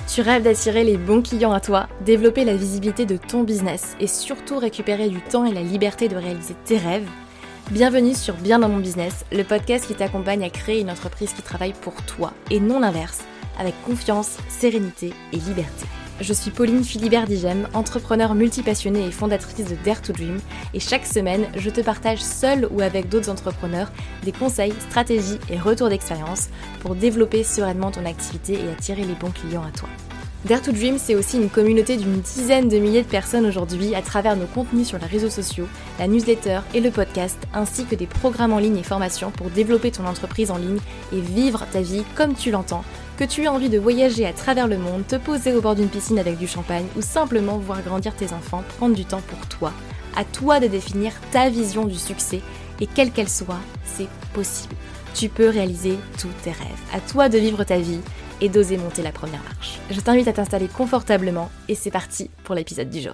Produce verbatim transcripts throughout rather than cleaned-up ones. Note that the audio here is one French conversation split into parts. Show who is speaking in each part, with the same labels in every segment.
Speaker 1: Tu rêves d'attirer les bons clients à toi, développer la visibilité de ton business et surtout récupérer du temps et la liberté de réaliser tes rêves? Bienvenue sur Bien dans mon business, le podcast qui t'accompagne à créer une entreprise qui travaille pour toi et non l'inverse, avec confiance, sérénité et liberté. Je suis Pauline Philibert-Digem, entrepreneur multipassionnée et fondatrice de Dare to Dream, et chaque semaine, je te partage seule ou avec d'autres entrepreneurs des conseils, stratégies et retours d'expérience pour développer sereinement ton activité et attirer les bons clients à toi. Dare to Dream, c'est aussi une communauté d'une dizaine de milliers de personnes aujourd'hui à travers nos contenus sur les réseaux sociaux, la newsletter et le podcast, ainsi que des programmes en ligne et formations pour développer ton entreprise en ligne et vivre ta vie comme tu l'entends. Que tu aies envie de voyager à travers le monde, te poser au bord d'une piscine avec du champagne ou simplement voir grandir tes enfants, prendre du temps pour toi. À toi de définir ta vision du succès et quelle qu'elle soit, c'est possible. Tu peux réaliser tous tes rêves. À toi de vivre ta vie et d'oser monter la première marche. Je t'invite à t'installer confortablement et c'est parti pour l'épisode du jour.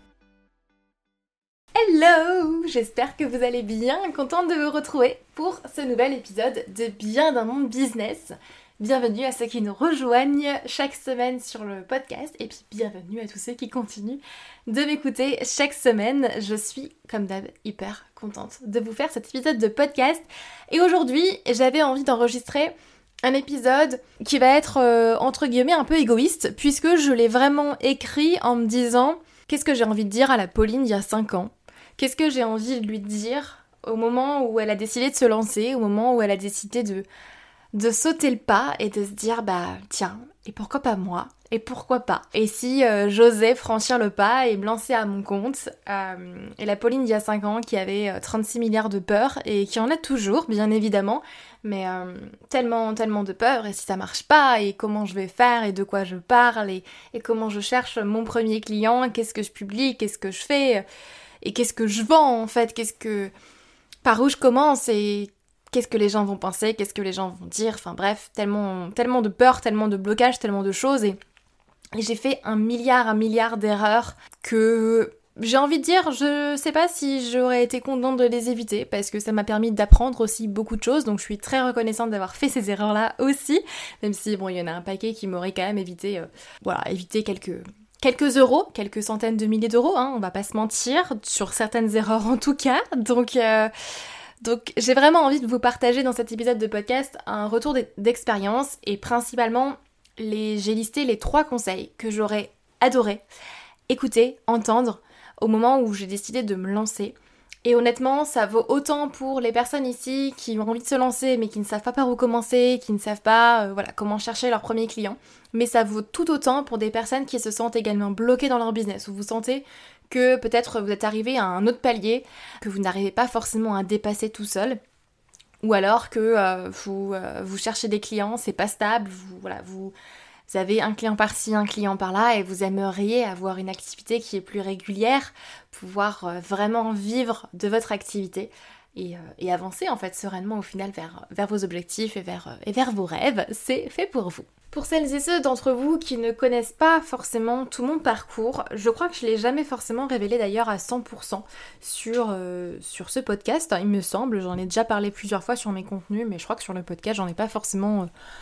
Speaker 1: Hello! J'espère que vous allez bien, contente de vous retrouver pour ce nouvel épisode de Bien dans mon business. Bienvenue à ceux qui nous rejoignent chaque semaine sur le podcast et puis bienvenue à tous ceux qui continuent de m'écouter chaque semaine. Je suis, comme d'hab, hyper contente de vous faire cet épisode de podcast. Et aujourd'hui, j'avais envie d'enregistrer un épisode qui va être, euh, entre guillemets, un peu égoïste puisque je l'ai vraiment écrit en me disant qu'est-ce que j'ai envie de dire à la Pauline il y a cinq ans ? Qu'est-ce que j'ai envie de lui dire au moment où elle a décidé de se lancer, au moment où elle a décidé de... de sauter le pas et de se dire bah tiens, et pourquoi pas moi, et pourquoi pas, et si euh, j'osais franchir le pas et me lancer à mon compte. Euh, et la Pauline d'il y a cinq ans qui avait euh, trente-six milliards de peur et qui en a toujours bien évidemment, mais euh, tellement tellement de peur, et si ça marche pas, et comment je vais faire, et de quoi je parle, et, et comment je cherche mon premier client, qu'est-ce que je publie, qu'est-ce que je fais, et qu'est-ce que je vends en fait, qu'est-ce que... par où je commence, et qu'est-ce que les gens vont penser, qu'est-ce que les gens vont dire, enfin bref, tellement, tellement de peur, tellement de blocages, tellement de choses, et, et j'ai fait un milliard, un milliard d'erreurs que j'ai envie de dire, je sais pas si j'aurais été contente de les éviter, parce que ça m'a permis d'apprendre aussi beaucoup de choses, donc je suis très reconnaissante d'avoir fait ces erreurs-là aussi, même si bon, il y en a un paquet qui m'aurait quand même évité, euh, voilà, évité quelques... quelques euros, quelques centaines de milliers d'euros, hein, on va pas se mentir, sur certaines erreurs en tout cas, donc... Euh, Donc j'ai vraiment envie de vous partager dans cet épisode de podcast un retour d'expérience et principalement les, j'ai listé les trois conseils que j'aurais adoré écouter, entendre au moment où j'ai décidé de me lancer. Et honnêtement, ça vaut autant pour les personnes ici qui ont envie de se lancer mais qui ne savent pas par où commencer, qui ne savent pas euh, voilà, comment chercher leur premier client. Mais ça vaut tout autant pour des personnes qui se sentent également bloquées dans leur business, où vous sentez que peut-être vous êtes arrivé à un autre palier, que vous n'arrivez pas forcément à dépasser tout seul, ou alors que euh, vous, euh, vous cherchez des clients, c'est pas stable, vous, voilà, vous, vous avez un client par-ci, un client par-là, et vous aimeriez avoir une activité qui est plus régulière, pouvoir euh, vraiment vivre de votre activité, et, euh, et avancer en fait sereinement au final vers, vers vos objectifs et vers, euh, et vers vos rêves, c'est fait pour vous. Pour celles et ceux d'entre vous qui ne connaissent pas forcément tout mon parcours, je crois que je ne l'ai jamais forcément révélé d'ailleurs à cent pour cent sur, euh, sur ce podcast, il me semble, j'en ai déjà parlé plusieurs fois sur mes contenus, mais je crois que sur le podcast j'en ai pas forcément euh,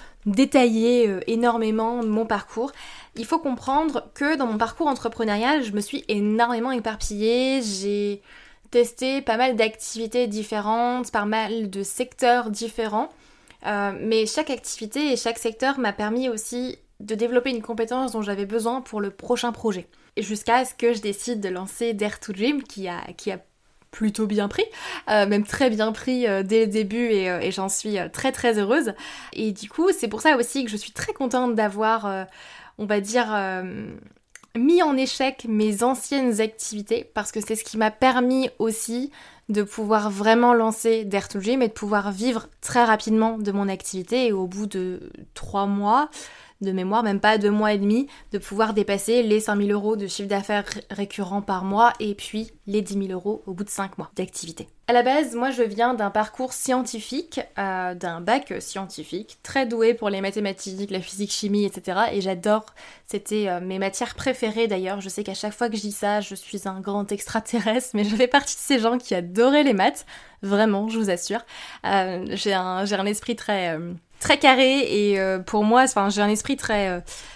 Speaker 1: détaillé euh, énormément mon parcours. Il faut comprendre que dans mon parcours entrepreneurial, je me suis énormément éparpillée, j'ai testé pas mal d'activités différentes, pas mal de secteurs différents. Euh, mais chaque activité et chaque secteur m'a permis aussi de développer une compétence dont j'avais besoin pour le prochain projet. Et jusqu'à ce que je décide de lancer Dare to Dream, qui a, qui a plutôt bien pris, euh, même très bien pris euh, dès le début, et, euh, et j'en suis euh, très très heureuse. Et du coup, c'est pour ça aussi que je suis très contente d'avoir, euh, on va dire... Euh, mis en échec mes anciennes activités, parce que c'est ce qui m'a permis aussi de pouvoir vraiment lancer Dare to Dream et de pouvoir vivre très rapidement de mon activité, et au bout de trois mois de mémoire, même pas deux mois et demi, de pouvoir dépasser les cinq mille euros de chiffre d'affaires récurrent par mois et puis les dix mille euros au bout de cinq mois d'activité. À la base, moi je viens d'un parcours scientifique, euh, d'un bac scientifique, très douée pour les mathématiques, la physique, chimie, et cetera. Et j'adore, c'était euh, mes matières préférées d'ailleurs. Je sais qu'à chaque fois que je dis ça, je suis un grand extraterrestre, mais je fais partie de ces gens qui adoraient les maths, vraiment, je vous assure. Euh, j'ai un, j'ai un esprit très... Euh, très carré, et euh, pour moi, enfin, j'ai un esprit très... Euh,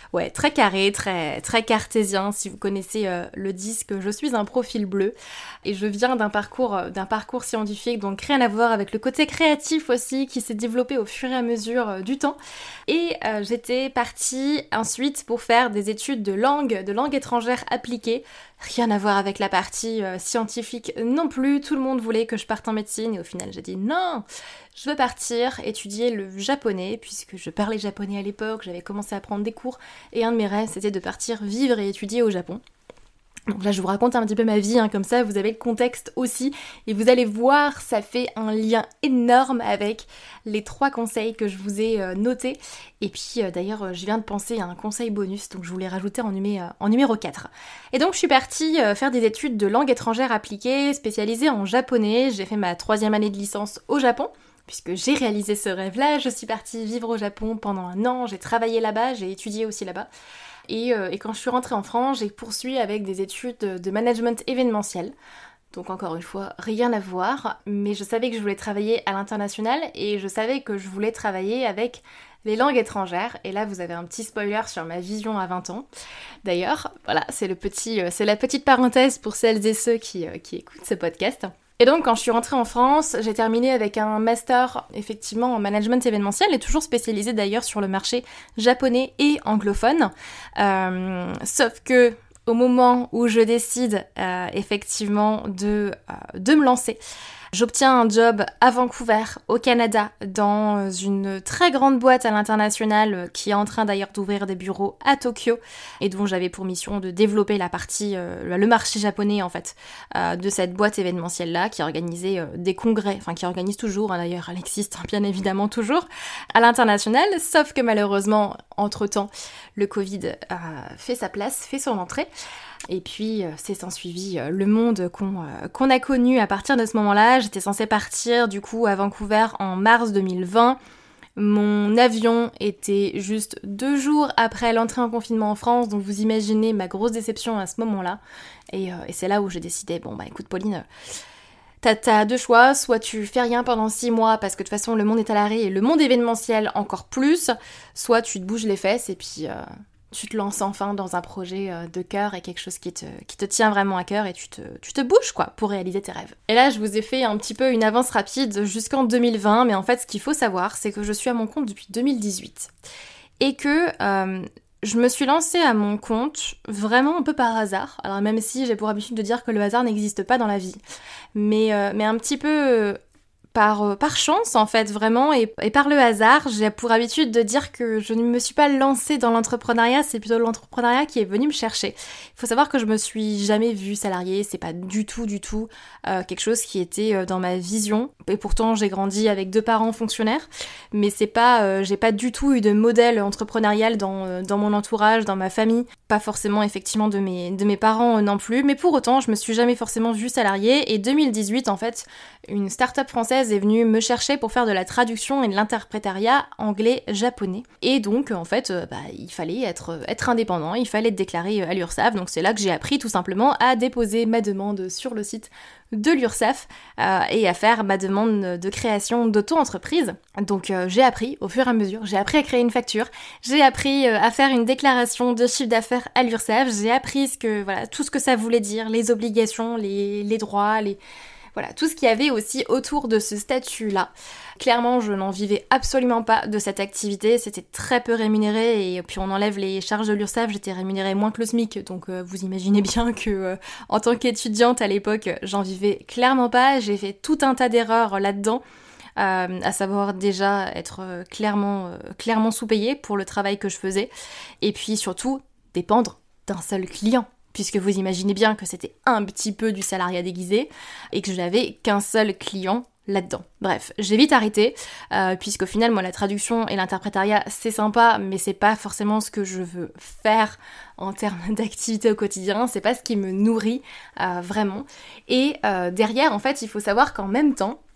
Speaker 1: ouais, très carré, très, très cartésien. Si vous connaissez euh, le disque, je suis un profil bleu et je viens d'un parcours, euh, d'un parcours scientifique, donc rien à voir avec le côté créatif aussi qui s'est développé au fur et à mesure euh, du temps. Et euh, j'étais partie ensuite pour faire des études de langue, de langue étrangère appliquée. Rien à voir avec la partie euh, scientifique non plus. Tout le monde voulait que je parte en médecine et au final j'ai dit non, je veux partir étudier le japonais puisque je parlais japonais à l'époque, j'avais commencé à prendre des cours et un de mes rêves c'était de partir vivre et étudier au Japon. Donc là je vous raconte un petit peu ma vie, hein, comme ça vous avez le contexte aussi et vous allez voir, ça fait un lien énorme avec les trois conseils que je vous ai euh, notés. Et puis euh, d'ailleurs euh, je viens de penser à un conseil bonus, donc je voulais rajouter en, numé- euh, en numéro quatre. Et donc je suis partie euh, faire des études de langue étrangère appliquée, spécialisée en japonais. J'ai fait ma troisième année de licence au Japon, puisque j'ai réalisé ce rêve-là. Je suis partie vivre au Japon pendant un an, j'ai travaillé là-bas, j'ai étudié aussi là-bas. Et, euh, et quand je suis rentrée en France, j'ai poursuivi avec des études de management événementiel. Donc encore une fois, rien à voir, mais je savais que je voulais travailler à l'international et je savais que je voulais travailler avec les langues étrangères. Et là, vous avez un petit spoiler sur ma vision à vingt ans. D'ailleurs, voilà, c'est, le petit, euh, c'est la petite parenthèse pour celles et ceux qui, euh, qui écoutent ce podcast. Et donc, quand je suis rentrée en France, j'ai terminé avec un master, effectivement, en management événementiel, et toujours spécialisé d'ailleurs sur le marché japonais et anglophone. Euh, sauf que, au moment où je décide, euh, effectivement, de, euh, de me lancer, j'obtiens un job à Vancouver, au Canada, dans une très grande boîte à l'international qui est en train d'ailleurs d'ouvrir des bureaux à Tokyo et dont j'avais pour mission de développer la partie, euh, le marché japonais en fait, euh, de cette boîte événementielle-là qui organisait euh, des congrès, enfin qui organise toujours, hein, d'ailleurs elle existe bien évidemment toujours, à l'international, sauf que malheureusement, entre-temps, le Covid a fait sa place, fait son entrée. Et puis, euh, c'est s'en suivi euh, le monde qu'on, euh, qu'on a connu à partir de ce moment-là. J'étais censée partir du coup à Vancouver en mars deux mille vingt. Mon avion était juste deux jours après l'entrée en confinement en France, donc vous imaginez ma grosse déception à ce moment-là. Et, euh, et c'est là où j'ai décidé, bon bah écoute Pauline, t'as, t'as deux choix, soit tu fais rien pendant six mois parce que de toute façon le monde est à l'arrêt et le monde événementiel encore plus, soit tu te bouges les fesses et puis... Euh, tu te lances enfin dans un projet de cœur et quelque chose qui te, qui te tient vraiment à cœur et tu te, tu te bouges quoi pour réaliser tes rêves. Et là je vous ai fait un petit peu une avance rapide jusqu'en deux mille vingt, mais en fait ce qu'il faut savoir c'est que je suis à mon compte depuis deux mille dix-huit et que euh, je me suis lancée à mon compte vraiment un peu par hasard. Alors même si j'ai pour habitude de dire que le hasard n'existe pas dans la vie, mais, euh, mais un petit peu... Euh, Par, euh, par chance en fait vraiment et, et par le hasard, j'ai pour habitude de dire que je ne me suis pas lancée dans l'entrepreneuriat, c'est plutôt l'entrepreneuriat qui est venu me chercher. Il faut savoir que je me suis jamais vue salariée, c'est pas du tout du tout euh, quelque chose qui était euh, dans ma vision et pourtant j'ai grandi avec deux parents fonctionnaires, mais c'est pas, euh, j'ai pas du tout eu de modèle entrepreneurial dans, euh, dans mon entourage, dans ma famille, pas forcément effectivement de mes, de mes parents euh, non plus, mais pour autant je me suis jamais forcément vue salariée et deux mille dix-huit en fait, une start-up française est venue me chercher pour faire de la traduction et de l'interprétariat anglais-japonais. Et donc, en fait, euh, bah, il fallait être, être indépendant, il fallait être déclaré à l'URSSAF. Donc c'est là que j'ai appris tout simplement à déposer ma demande sur le site de l'URSSAF euh, et à faire ma demande de création d'auto-entreprise. Donc euh, j'ai appris au fur et à mesure, j'ai appris à créer une facture, j'ai appris euh, à faire une déclaration de chiffre d'affaires à l'URSSAF, j'ai appris ce que, voilà, tout ce que ça voulait dire, les obligations, les, les droits, les... Voilà, tout ce qu'il y avait aussi autour de ce statut-là. Clairement, je n'en vivais absolument pas de cette activité, c'était très peu rémunéré et puis on enlève les charges de l'URSSAF, j'étais rémunérée moins que le SMIC, donc euh, vous imaginez bien que euh, en tant qu'étudiante à l'époque, j'en vivais clairement pas, j'ai fait tout un tas d'erreurs là-dedans. Euh, à savoir déjà être euh, clairement, euh, clairement sous-payée pour le travail que je faisais et puis surtout dépendre d'un seul client. Puisque vous imaginez bien que c'était un petit peu du salariat déguisé et que je n'avais qu'un seul client là-dedans. Bref, j'ai vite arrêté, euh, puisqu'au final, moi, la traduction et l'interprétariat, c'est sympa, mais c'est pas forcément ce que je veux faire en termes d'activité au quotidien, c'est pas ce qui me nourrit euh, vraiment. Et euh, derrière, en fait, il faut savoir qu'en même temps,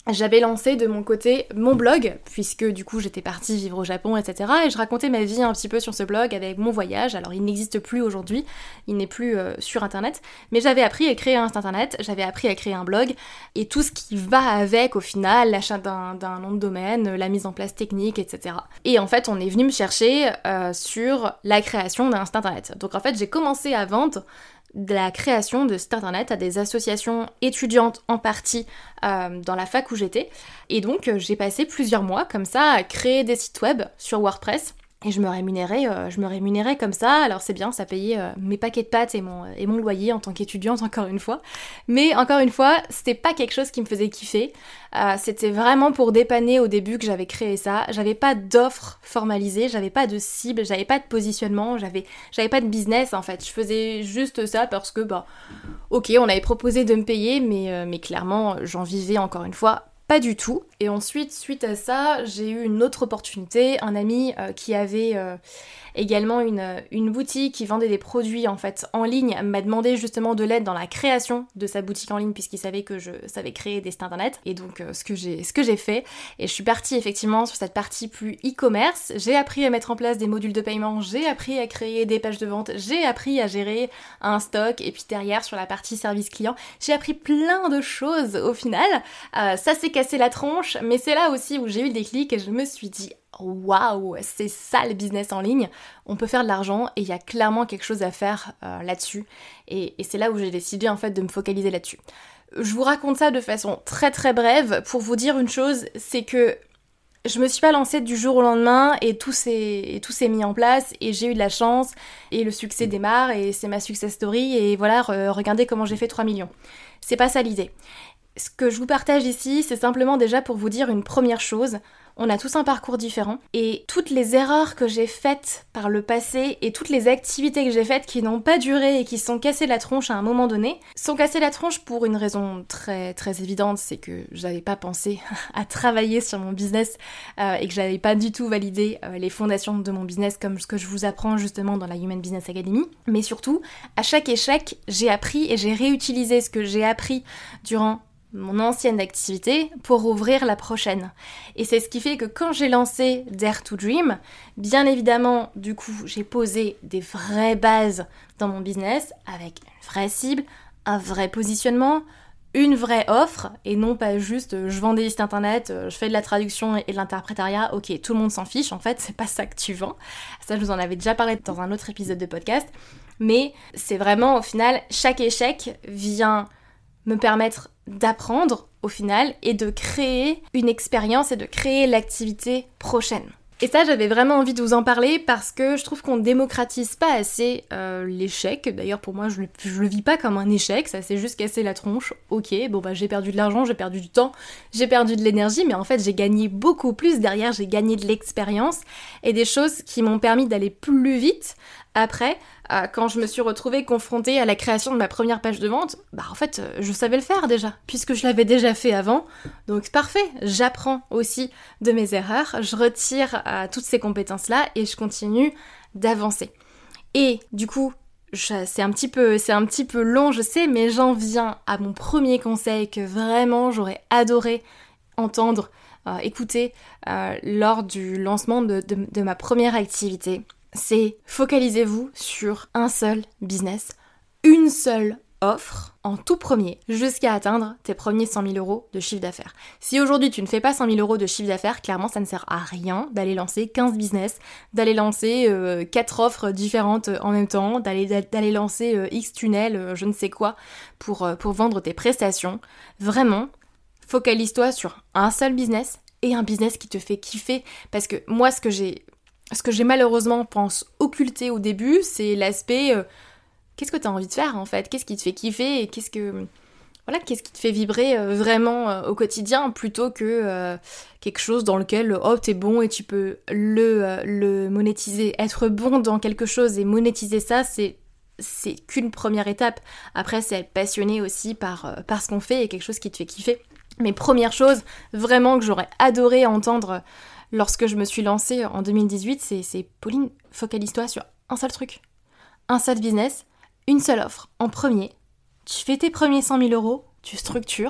Speaker 1: j'avais lancé de mon côté mon blog, puisque du coup j'étais partie vivre au Japon, et cetera. Et je racontais ma vie un petit peu sur ce blog avec mon voyage. Alors il n'existe plus aujourd'hui, il n'est plus euh, sur internet, mais j'avais appris à créer un site internet, j'avais appris à créer un blog, et tout ce qui va avec au final, l'achat d'un, d'un nom de domaine, la mise en place technique, et cetera. Et en fait on est venu me chercher euh, sur la création d'un site internet. Donc en fait j'ai commencé à vendre de la création de sites internet à des associations étudiantes en partie euh, dans la fac où j'étais. Et donc euh, j'ai passé plusieurs mois comme ça à créer des sites web sur WordPress. Et je me rémunérais, euh, je me rémunérais comme ça. Alors c'est bien, ça payait euh, mes paquets de pâtes et mon, et mon loyer en tant qu'étudiante, encore une fois. Mais encore une fois, c'était pas quelque chose qui me faisait kiffer. Euh, c'était vraiment pour dépanner au début que j'avais créé ça. J'avais pas d'offre formalisée, j'avais pas de cible, j'avais pas de positionnement, j'avais, j'avais pas de business en fait. Je faisais juste ça parce que, bah, ok, on avait proposé de me payer, mais, euh, mais clairement, j'en vivais encore une fois pas du tout. Et ensuite, suite à ça, j'ai eu une autre opportunité. Un ami euh, qui avait euh, également une, une boutique qui vendait des produits en fait en ligne m'a demandé justement de l'aide dans la création de sa boutique en ligne puisqu'il savait que je savais créer des sites internet. Et donc euh, ce que j'ai ce que j'ai fait. Et je suis partie effectivement sur cette partie plus e-commerce. J'ai appris à mettre en place des modules de paiement, j'ai appris à créer des pages de vente, j'ai appris à gérer un stock et puis derrière sur la partie service client, j'ai appris plein de choses au final. Euh, ça s'est cassé la tronche, mais c'est là aussi où j'ai eu le déclic et je me suis dit waouh, c'est ça le business en ligne, on peut faire de l'argent et il y a clairement quelque chose à faire euh, là-dessus et, et c'est là où j'ai décidé en fait de me focaliser là-dessus. Je vous raconte ça de façon très très brève pour vous dire une chose, c'est que je me suis pas lancée du jour au lendemain et tout s'est, et tout s'est mis en place et j'ai eu de la chance et le succès démarre et c'est ma success story et voilà, re- regardez comment j'ai fait trois millions. C'est pas ça l'idée. Ce que je vous partage ici, c'est simplement déjà pour vous dire une première chose. On a tous un parcours différent et toutes les erreurs que j'ai faites par le passé et toutes les activités que j'ai faites qui n'ont pas duré et qui sont cassées la tronche à un moment donné, sont cassées la tronche pour une raison très très évidente, c'est que j'avais pas pensé à travailler sur mon business euh, et que j'avais pas du tout validé euh, les fondations de mon business comme ce que je vous apprends justement dans la Human Business Academy. Mais surtout, à chaque échec, j'ai appris et j'ai réutilisé ce que j'ai appris durant mon ancienne activité pour ouvrir la prochaine. Et c'est ce qui fait que quand j'ai lancé Dare to Dream, bien évidemment, du coup, j'ai posé des vraies bases dans mon business avec une vraie cible, un vrai positionnement, une vraie offre, et non pas juste je vends des sites internet, je fais de la traduction et de l'interprétariat, ok, tout le monde s'en fiche, en fait, c'est pas ça que tu vends. Ça, je vous en avais déjà parlé dans un autre épisode de podcast, mais c'est vraiment, au final, chaque échec vient me permettre d'apprendre au final et de créer une expérience et de créer l'activité prochaine. Et ça, j'avais vraiment envie de vous en parler parce que je trouve qu'on démocratise pas assez euh, l'échec. D'ailleurs, pour moi, je le, je le vis pas comme un échec, ça s'est juste cassé la tronche. Ok, bon bah j'ai perdu de l'argent, j'ai perdu du temps, j'ai perdu de l'énergie, mais en fait j'ai gagné beaucoup plus derrière, j'ai gagné de l'expérience et des choses qui m'ont permis d'aller plus vite. Après, euh, quand je me suis retrouvée confrontée à la création de ma première page de vente, bah en fait, euh, je savais le faire déjà, puisque je l'avais déjà fait avant. Donc parfait, j'apprends aussi de mes erreurs, je retire euh, toutes ces compétences-là et je continue d'avancer. Et du coup, je, c'est un petit peu, c'est un petit peu long, je sais, mais j'en viens à mon premier conseil que vraiment j'aurais adoré entendre, euh, écouter euh, lors du lancement de, de, de ma première activité. C'est focalisez-vous sur un seul business, une seule offre en tout premier jusqu'à atteindre tes premiers cent mille euros de chiffre d'affaires. Si aujourd'hui tu ne fais pas cent mille euros de chiffre d'affaires, clairement ça ne sert à rien d'aller lancer quinze business, d'aller lancer euh, quatre offres différentes en même temps, d'aller, d'aller lancer euh, X tunnels, euh, je ne sais quoi, pour, euh, pour vendre tes prestations. Vraiment, focalise-toi sur un seul business et un business qui te fait kiffer. Parce que moi, ce que j'ai... Ce que j'ai malheureusement, pense, occulté au début, c'est l'aspect euh, qu'est-ce que t'as envie de faire en fait ? Qu'est-ce qui te fait kiffer et qu'est-ce que voilà, qu'est-ce qui te fait vibrer euh, vraiment euh, au quotidien plutôt que euh, quelque chose dans lequel oh t'es bon et tu peux le, euh, le monétiser. Être bon dans quelque chose et monétiser ça, c'est c'est qu'une première étape. Après, c'est être passionné aussi par, euh, par ce qu'on fait et quelque chose qui te fait kiffer. Mais première chose, vraiment que j'aurais adoré entendre lorsque je me suis lancée en deux mille dix-huit, c'est, c'est Pauline, focalise-toi sur un seul truc, un seul business, une seule offre. En premier, tu fais tes premiers cent mille euros, tu structures,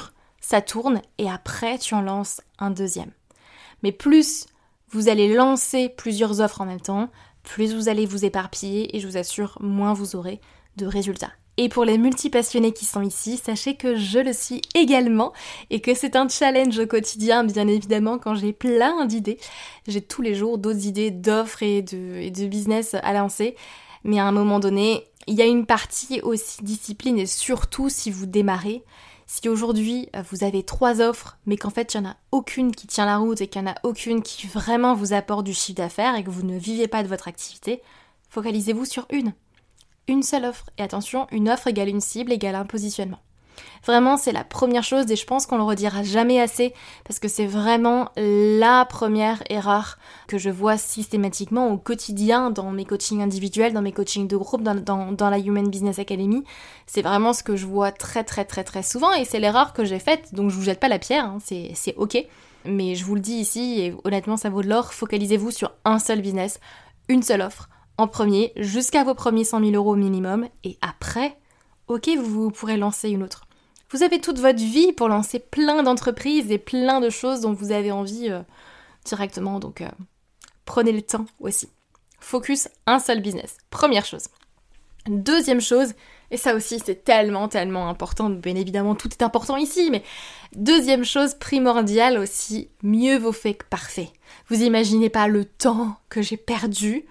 Speaker 1: ça tourne et après tu en lances un deuxième. Mais plus vous allez lancer plusieurs offres en même temps, plus vous allez vous éparpiller et je vous assure, moins vous aurez de résultats. Et pour les multipassionnés qui sont ici, sachez que je le suis également et que c'est un challenge au quotidien, bien évidemment, quand j'ai plein d'idées. J'ai tous les jours d'autres idées d'offres et de, et de business à lancer. Mais à un moment donné, il y a une partie aussi discipline et surtout si vous démarrez. Si aujourd'hui vous avez trois offres, mais qu'en fait il n'y en a aucune qui tient la route et qu'il n'y en a aucune qui vraiment vous apporte du chiffre d'affaires et que vous ne vivez pas de votre activité, focalisez-vous sur une. Une seule offre. Et attention, une offre égale une cible égale un positionnement. Vraiment, c'est la première chose et je pense qu'on le redira jamais assez parce que c'est vraiment la première erreur que je vois systématiquement au quotidien dans mes coachings individuels, dans mes coachings de groupe, dans, dans, dans la Human Business Academy. C'est vraiment ce que je vois très très très très souvent et c'est l'erreur que j'ai faite, donc je vous jette pas la pierre, hein, c'est, c'est ok. Mais je vous le dis ici et honnêtement ça vaut de l'or, focalisez-vous sur un seul business, une seule offre, en premier, jusqu'à vos premiers cent mille euros minimum et après, ok, vous pourrez lancer une autre. Vous avez toute votre vie pour lancer plein d'entreprises et plein de choses dont vous avez envie euh, directement, donc euh, prenez le temps aussi. Focus, un seul business. Première chose. Deuxième chose, et ça aussi c'est tellement tellement important, bien évidemment tout est important ici, mais deuxième chose primordiale aussi, mieux vaut fait que parfait. Vous imaginez pas le temps que j'ai perdu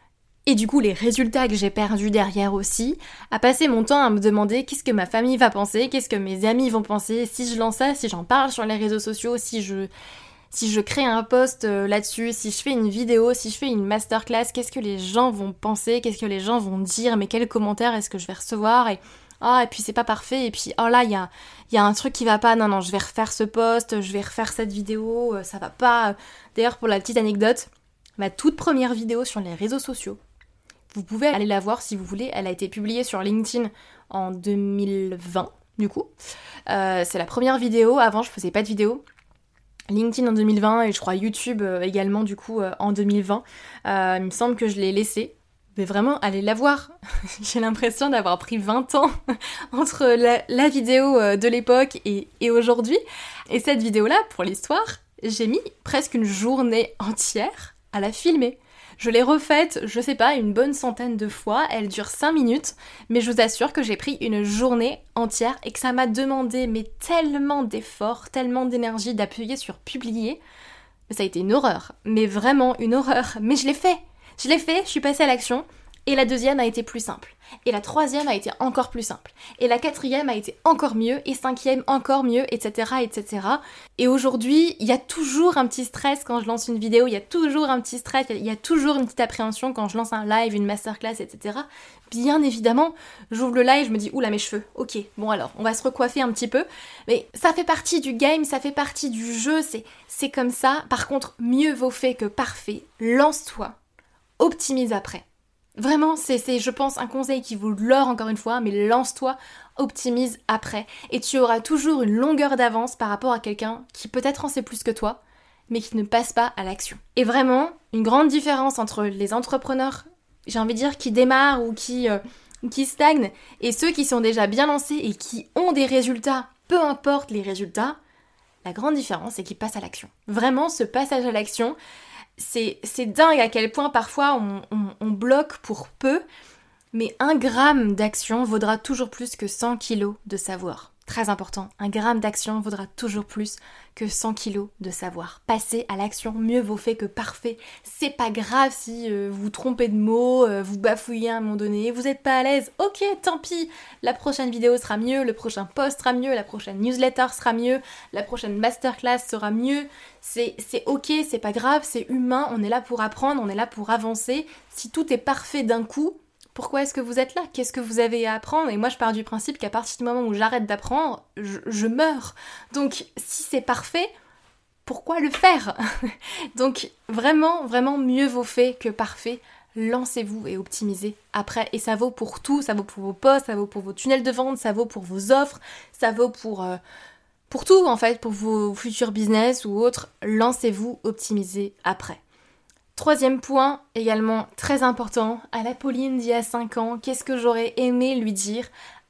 Speaker 1: et du coup les résultats que j'ai perdus derrière aussi, à passer mon temps à me demander qu'est-ce que ma famille va penser, qu'est-ce que mes amis vont penser, si je lance ça, si j'en parle sur les réseaux sociaux, si je, si je crée un post là-dessus, si je fais une vidéo, si je fais une masterclass, qu'est-ce que les gens vont penser, qu'est-ce que les gens vont dire, mais quels commentaires est-ce que je vais recevoir et ah et puis c'est pas parfait et puis oh là il y a, y a un truc qui va pas, non non je vais refaire ce post, je vais refaire cette vidéo, ça va pas. D'ailleurs pour la petite anecdote, ma toute première vidéo sur les réseaux sociaux, vous pouvez aller la voir si vous voulez, elle a été publiée sur LinkedIn en deux mille vingt du coup. Euh, c'est la première vidéo, avant je faisais pas de vidéo. LinkedIn en deux mille vingt et je crois YouTube également du coup en deux mille vingt. Euh, il me semble que je l'ai laissée. Mais vraiment, allez la voir. J'ai l'impression d'avoir pris vingt ans entre la, la vidéo de l'époque et, et aujourd'hui. Et cette vidéo-là, pour l'histoire, j'ai mis presque une journée entière à la filmer. Je l'ai refaite, je sais pas, une bonne centaine de fois, elle dure cinq minutes, mais je vous assure que j'ai pris une journée entière et que ça m'a demandé mais tellement d'efforts, tellement d'énergie d'appuyer sur publier. Ça a été une horreur, mais vraiment une horreur, mais je l'ai fait. Je l'ai fait, je suis passée à l'action, et la deuxième a été plus simple. Et la troisième a été encore plus simple. Et la quatrième a été encore mieux, et cinquième encore mieux, et cetera, et cetera. Et aujourd'hui, il y a toujours un petit stress quand je lance une vidéo, il y a toujours un petit stress, il y a toujours une petite appréhension quand je lance un live, une masterclass, et cetera. Bien évidemment, j'ouvre le live, je me dis, oula mes cheveux, ok, bon alors, on va se recoiffer un petit peu. Mais ça fait partie du game, ça fait partie du jeu, c'est, c'est comme ça. Par contre, mieux vaut fait que parfait, lance-toi. Optimise après. Vraiment, c'est, c'est, je pense, un conseil qui vous l'or encore une fois, mais lance-toi, optimise après. Et tu auras toujours une longueur d'avance par rapport à quelqu'un qui peut-être en sait plus que toi, mais qui ne passe pas à l'action. Et vraiment, une grande différence entre les entrepreneurs, j'ai envie de dire, qui démarrent ou qui, euh, qui stagnent, et ceux qui sont déjà bien lancés et qui ont des résultats, peu importe les résultats, la grande différence, c'est qu'ils passent à l'action. Vraiment, ce passage à l'action, C'est, c'est dingue à quel point parfois on, on, on bloque pour peu, mais un gramme d'action vaudra toujours plus que cent kilos de savoir. Très important, un gramme d'action vaudra toujours plus que cent kilos de savoir. Passez à l'action, mieux vaut fait que parfait. C'est pas grave si euh, vous vous trompez de mots, euh, vous bafouillez à un moment donné, vous êtes pas à l'aise, ok, tant pis. La prochaine vidéo sera mieux, le prochain post sera mieux, la prochaine newsletter sera mieux, la prochaine masterclass sera mieux. C'est, c'est ok, c'est pas grave, c'est humain, on est là pour apprendre, on est là pour avancer. Si tout est parfait d'un coup, pourquoi est-ce que vous êtes là? Qu'est-ce que vous avez à apprendre? Et moi, je pars du principe qu'à partir du moment où j'arrête d'apprendre, je, je meurs. Donc, si c'est parfait, pourquoi le faire? Donc, vraiment, vraiment, mieux vaut fait que parfait. Lancez-vous et optimisez après. Et ça vaut pour tout. Ça vaut pour vos posts, ça vaut pour vos tunnels de vente, ça vaut pour vos offres, ça vaut pour, euh, pour tout, en fait, pour vos futurs business ou autres. Lancez-vous, optimisez après. Troisième point, également très important, à la Pauline d'il y a cinq ans, qu'est-ce que j'aurais aimé lui dire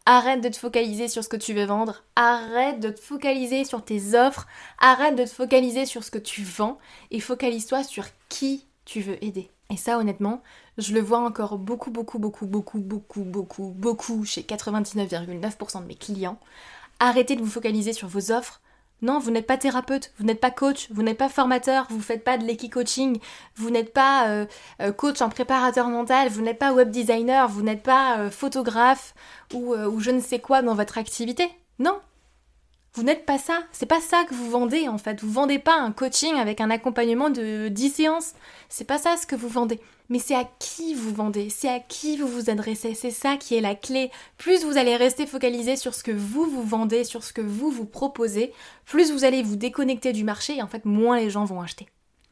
Speaker 1: Arrête de te focaliser sur ce que tu veux vendre, arrête de te focaliser sur tes offres, arrête de te focaliser sur ce que tu vends et focalise-toi sur qui tu veux aider. Et ça, honnêtement, je le vois encore beaucoup, beaucoup, beaucoup, beaucoup, beaucoup, beaucoup, beaucoup chez quatre-vingt-dix-neuf virgule neuf pour cent de mes clients. Arrêtez de vous focaliser sur vos offres. Non, vous n'êtes pas thérapeute, vous n'êtes pas coach, vous n'êtes pas formateur, vous ne faites pas de l'équi-coaching, vous n'êtes pas euh, euh, coach en préparateur mental, vous n'êtes pas web designer, vous n'êtes pas euh, photographe ou, euh, ou je ne sais quoi dans votre activité. Non, vous n'êtes pas ça. C'est pas ça que vous vendez en fait. Vous vendez pas un coaching avec un accompagnement de dix séances. C'est pas ça ce que vous vendez. Mais c'est à qui vous vendez, c'est à qui vous vous adressez. C'est ça qui est la clé. Plus vous allez rester focalisé sur ce que vous vous vendez, sur ce que vous vous proposez, plus vous allez vous déconnecter du marché et en fait moins les gens vont acheter.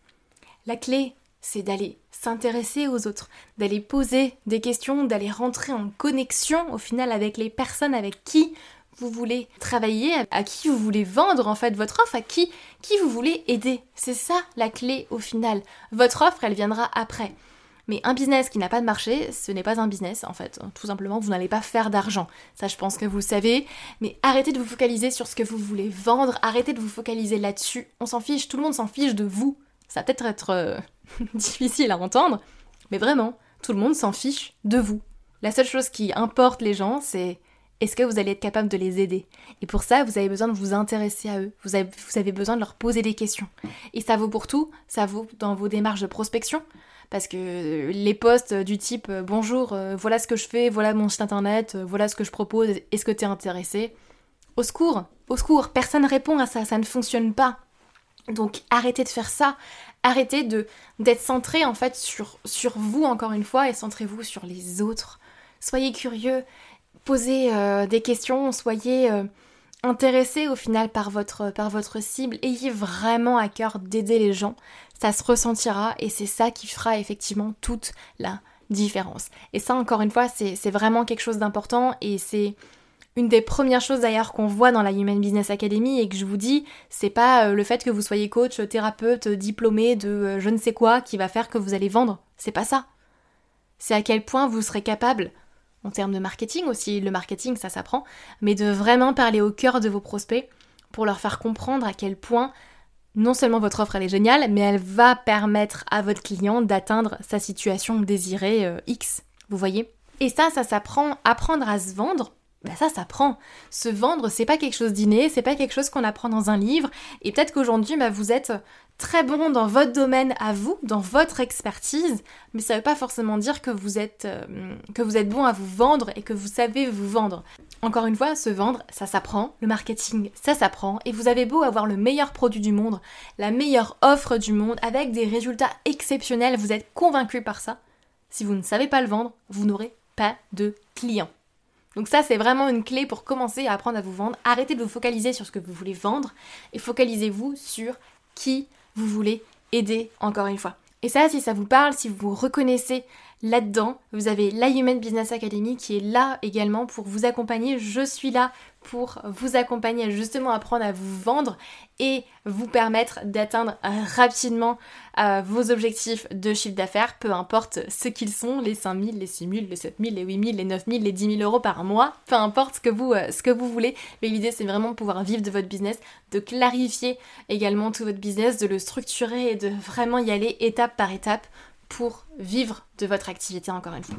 Speaker 1: La clé, c'est d'aller s'intéresser aux autres, d'aller poser des questions, d'aller rentrer en connexion au final avec les personnes avec qui vous voulez travailler, à qui vous voulez vendre en fait votre offre, à qui, qui vous voulez aider. C'est ça la clé au final. Votre offre, elle viendra après. Mais un business qui n'a pas de marché, ce n'est pas un business en fait. Tout simplement, vous n'allez pas faire d'argent. Ça, je pense que vous le savez. Mais arrêtez de vous focaliser sur ce que vous voulez vendre. Arrêtez de vous focaliser là-dessus. On s'en fiche, tout le monde s'en fiche de vous. Ça va peut-être être euh, difficile à entendre, mais vraiment, tout le monde s'en fiche de vous. La seule chose qui importe les gens, c'est est-ce que vous allez être capable de les aider? Et pour ça, vous avez besoin de vous intéresser à eux. Vous avez, vous avez besoin de leur poser des questions. Et ça vaut pour tout. Ça vaut dans vos démarches de prospection. Parce que les posts du type « Bonjour, euh, voilà ce que je fais, voilà mon site internet, euh, voilà ce que je propose, est-ce que t'es intéressé ?» Au secours, au secours, personne répond à ça, ça ne fonctionne pas. Donc arrêtez de faire ça. Arrêtez de, d'être centré en fait sur, sur vous encore une fois et centrez-vous sur les autres. Soyez curieux. Posez euh, des questions, soyez euh, intéressés au final par votre, par votre cible, ayez vraiment à cœur d'aider les gens, ça se ressentira et c'est ça qui fera effectivement toute la différence. Et ça encore une fois, c'est, c'est vraiment quelque chose d'important et c'est une des premières choses d'ailleurs qu'on voit dans la Human Business Academy et que je vous dis, c'est pas euh, le fait que vous soyez coach, thérapeute, diplômé de euh, je ne sais quoi qui va faire que vous allez vendre, c'est pas ça. C'est à quel point vous serez capable en termes de marketing aussi, le marketing ça s'apprend, mais de vraiment parler au cœur de vos prospects pour leur faire comprendre à quel point non seulement votre offre elle est géniale, mais elle va permettre à votre client d'atteindre sa situation désirée euh, X, vous voyez. Et ça, ça s'apprend, apprendre à se vendre, ben ça s'apprend. Se vendre, c'est pas quelque chose d'inné, c'est pas quelque chose qu'on apprend dans un livre, et peut-être qu'aujourd'hui ben, vous êtes très bon dans votre domaine à vous, dans votre expertise, mais ça veut pas forcément dire que vous êtes, euh, que vous êtes bon à vous vendre et que vous savez vous vendre. Encore une fois, se vendre, ça s'apprend, le marketing, ça s'apprend, et vous avez beau avoir le meilleur produit du monde, la meilleure offre du monde, avec des résultats exceptionnels, vous êtes convaincu par ça, si vous ne savez pas le vendre, vous n'aurez pas de clients. Donc ça, c'est vraiment une clé pour commencer à apprendre à vous vendre. Arrêtez de vous focaliser sur ce que vous voulez vendre et focalisez-vous sur qui vous voulez aider encore une fois. Et ça, si ça vous parle, si vous vous reconnaissez là-dedans, vous avez la Human Business Academy qui est là également pour vous accompagner. Je suis là pour vous accompagner à justement apprendre à vous vendre et vous permettre d'atteindre rapidement euh, vos objectifs de chiffre d'affaires, peu importe ce qu'ils sont, les cinq mille, les six mille, les sept mille, les huit mille, les neuf mille, les dix mille euros par mois, peu importe ce que vous, euh, ce que vous voulez. Mais l'idée, c'est vraiment de pouvoir vivre de votre business, de clarifier également tout votre business, de le structurer et de vraiment y aller étape par étape pour vivre de votre activité encore une fois.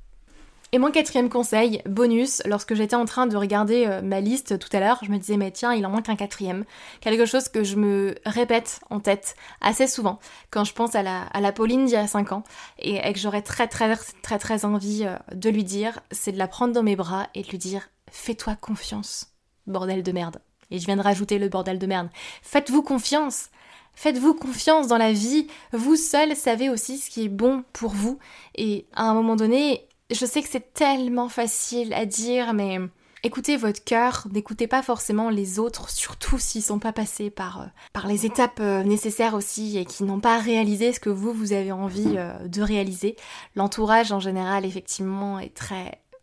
Speaker 1: Et mon quatrième conseil, bonus, lorsque j'étais en train de regarder euh, ma liste tout à l'heure, je me disais mais tiens, il en manque un quatrième. Quelque chose que je me répète en tête assez souvent quand je pense à la, à la Pauline d'il y a cinq ans et, et que j'aurais très très très très envie euh, de lui dire, c'est de la prendre dans mes bras et de lui dire fais-toi confiance, bordel de merde. Et je viens de rajouter le bordel de merde. Faites-vous confiance. Faites-vous confiance dans la vie. Vous seul savez aussi ce qui est bon pour vous. Et à un moment donné, je sais que c'est tellement facile à dire, mais écoutez votre cœur, n'écoutez pas forcément les autres, surtout s'ils sont pas passés par, euh, par les étapes euh, nécessaires aussi et qui n'ont pas réalisé ce que vous, vous avez envie euh, de réaliser. L'entourage en général, effectivement, est très...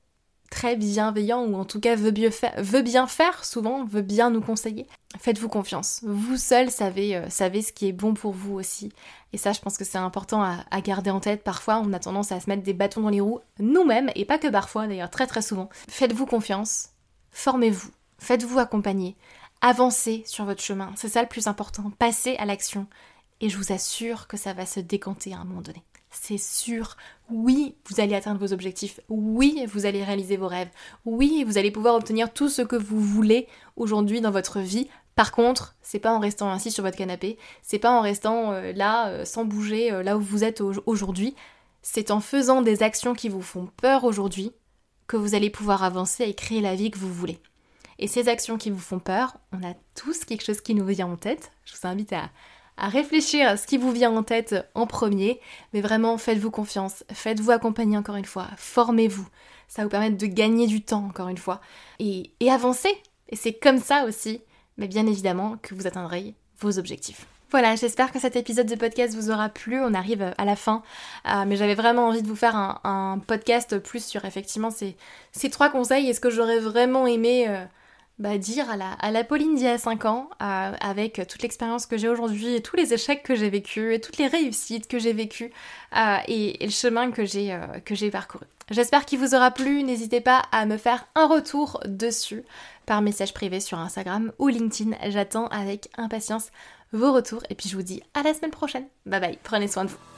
Speaker 1: très bienveillant ou en tout cas veut bien faire, veut bien faire souvent, veut bien nous conseiller. Faites-vous confiance. Vous seul savez, euh, savez ce qui est bon pour vous aussi. Et ça, je pense que c'est important à, à garder en tête. Parfois, on a tendance à se mettre des bâtons dans les roues nous-mêmes, et pas que parfois, d'ailleurs très très souvent. Faites-vous confiance, formez-vous, faites-vous accompagner, avancez sur votre chemin. C'est ça le plus important. Passez à l'action. Et je vous assure que ça va se décanter à un moment donné. C'est sûr, oui, vous allez atteindre vos objectifs, oui, vous allez réaliser vos rêves, oui, vous allez pouvoir obtenir tout ce que vous voulez aujourd'hui dans votre vie. Par contre, c'est pas en restant assis sur votre canapé, c'est pas en restant euh, là, euh, sans bouger, euh, là où vous êtes au- aujourd'hui, c'est en faisant des actions qui vous font peur aujourd'hui que vous allez pouvoir avancer et créer la vie que vous voulez. Et ces actions qui vous font peur, on a tous quelque chose qui nous vient en tête, je vous invite à... à réfléchir à ce qui vous vient en tête en premier, mais vraiment faites-vous confiance, faites-vous accompagner encore une fois, formez-vous, ça va vous permettre de gagner du temps encore une fois, et, et avancer, et c'est comme ça aussi, mais bien évidemment que vous atteindrez vos objectifs. Voilà, j'espère que cet épisode de podcast vous aura plu, on arrive à la fin, euh, mais j'avais vraiment envie de vous faire un, un podcast plus sur effectivement ces, ces trois conseils, et ce que j'aurais vraiment aimé... Euh, Bah, dire à la, à la Pauline d'il y a cinq ans, euh, avec toute l'expérience que j'ai aujourd'hui, et tous les échecs que j'ai vécus, et toutes les réussites que j'ai vécues, euh, et, et le chemin que j'ai, euh, que j'ai parcouru. J'espère qu'il vous aura plu, n'hésitez pas à me faire un retour dessus, par message privé sur Instagram ou LinkedIn, j'attends avec impatience vos retours, et puis je vous dis à la semaine prochaine. Bye bye, prenez soin de vous.